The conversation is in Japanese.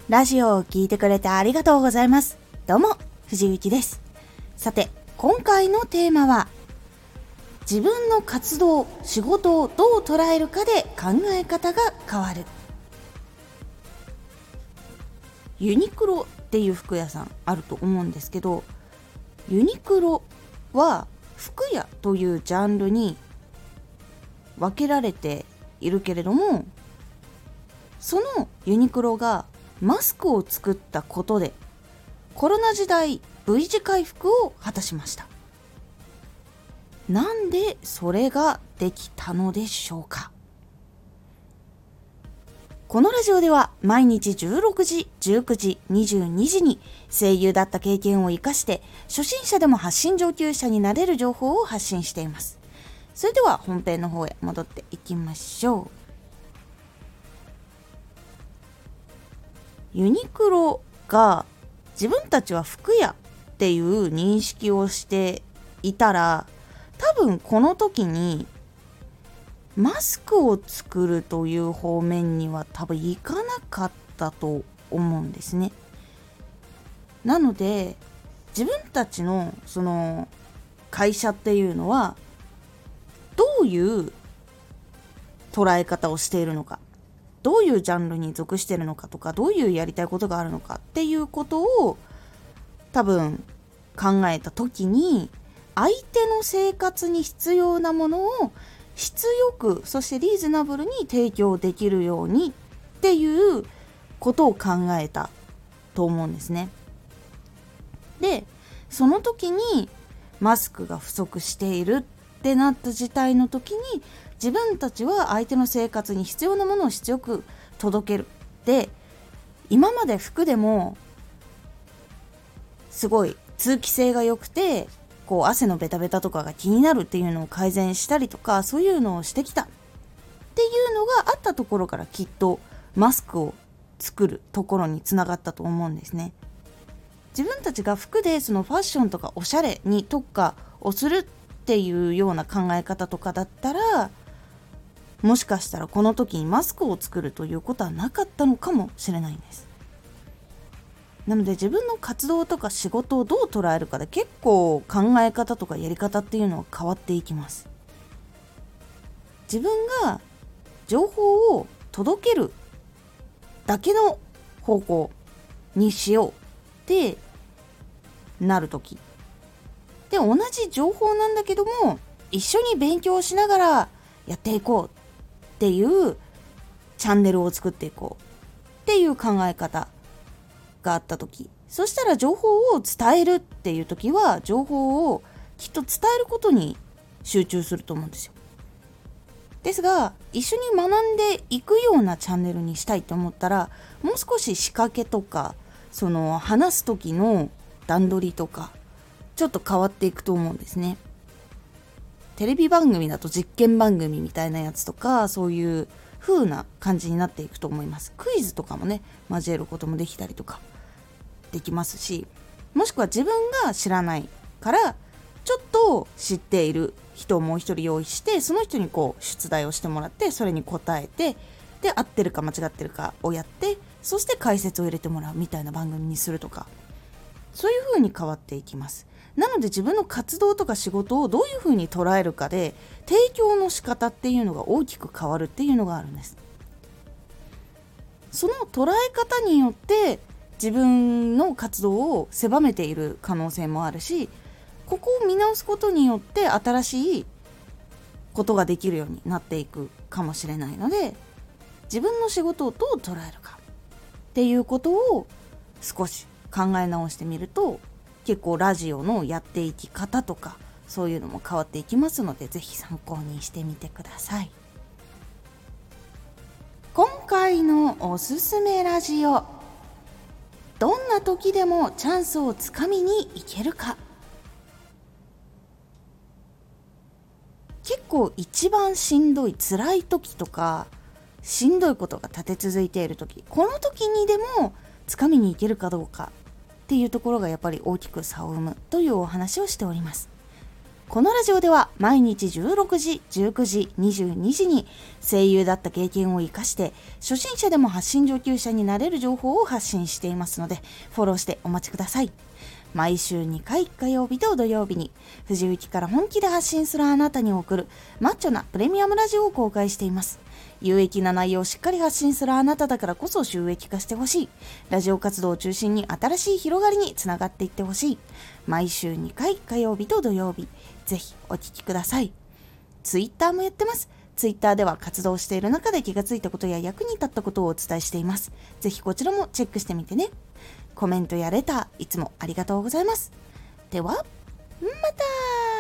ラジオを聞いてくれてありがとうございます。どうも、藤幸です。さて、今回のテーマは、自分の活動、仕事をどう捉えるかで考え方が変わる。ユニクロっていう服屋さんあると思うんですけど、ユニクロは服屋というジャンルに分けられているけれども、そのユニクロがマスクを作ったことでコロナ時代 V 字回復を果たしました。なんでそれができたのでしょうか。このラジオでは毎日16時、19時、22時に声優だった経験を生かして初心者でも発信上級者になれる情報を発信しています。それでは本編の方へ戻っていきましょう。ユニクロが自分たちは服屋っていう認識をしていたら、多分この時にマスクを作るという方面には多分いかなかったと思うんですね。なので自分たちのその会社っていうのはどういう捉え方をしているのか、どういうジャンルに属しているのかとか、どういうやりたいことがあるのかっていうことを多分考えた時に、相手の生活に必要なものを質よく、そしてリーズナブルに提供できるようにっていうことを考えたと思うんですね。で、その時にマスクが不足しているってなった事態の時に、自分たちは相手の生活に必要なものを質よく届ける。で、今まで服でもすごい通気性が良くて、こう汗のベタベタとかが気になるっていうのを改善したりとか、そういうのをしてきたっていうのがあったところから、きっとマスクを作るところにつながったと思うんですね。自分たちが服でそのファッションとかおしゃれに特化をするっていうような考え方とかだったら、もしかしたらこの時にマスクを作るということはなかったのかもしれないんです。なので自分の活動とか仕事をどう捉えるかで結構考え方とかやり方っていうのは変わっていきます。自分が情報を届けるだけの方向にしようってなるときで、同じ情報なんだけども一緒に勉強しながらやっていこうっていうチャンネルを作っていこうっていう考え方があったとき、そしたら情報を伝えるっていうときは情報をきっと伝えることに集中すると思うんですよ。ですが、一緒に学んでいくようなチャンネルにしたいと思ったら、もう少し仕掛けとか、その話す時の段取りとかちょっと変わっていくと思うんですね。テレビ番組だと実験番組みたいなやつとか、そういう風な感じになっていくと思います。クイズとかもね、交えることもできたりとかできますし、もしくは自分が知らないからちょっと知っている人をもう一人用意して、その人にこう出題をしてもらって、それに答えて、で合ってるか間違ってるかをやって、そして解説を入れてもらうみたいな番組にするとか、そういう風に変わっていきます。なので自分の活動とか仕事をどういう風に捉えるかで提供の仕方っていうのが大きく変わるっていうのがあるんです。その捉え方によって自分の活動を狭めている可能性もあるし、ここを見直すことによって新しいことができるようになっていくかもしれないので、自分の仕事をどう捉えるかっていうことを少し考え直してみると、結構ラジオのやっていき方とかそういうのも変わっていきますので、ぜひ参考にしてみてください。今回のおすすめラジオ、どんな時でもチャンスをつかみに行けるか。結構一番しんどい辛い時とか、しんどいことが立て続いている時、この時にでもつかみに行けるかどうかっていうところがやっぱり大きく差を生むというお話をしております。 このラジオでは毎日16時、19時、22時に声優だった経験を生かして初心者でも発信上級者になれる情報を発信していますので、フォローしてお待ちください。毎週2回火曜日と土曜日に藤雪から本気で発信するあなたに送るマッチョなプレミアムラジオを公開しています。有益な内容をしっかり発信するあなただからこそ収益化してほしい。ラジオ活動を中心に新しい広がりにつながっていってほしい。毎週2回火曜日と土曜日、ぜひお聞きください。ツイッターもやってます。ツイッターでは活動している中で気がついたことや役に立ったことをお伝えしています。ぜひこちらもチェックしてみてね。コメントやレターいつもありがとうございます。ではまた。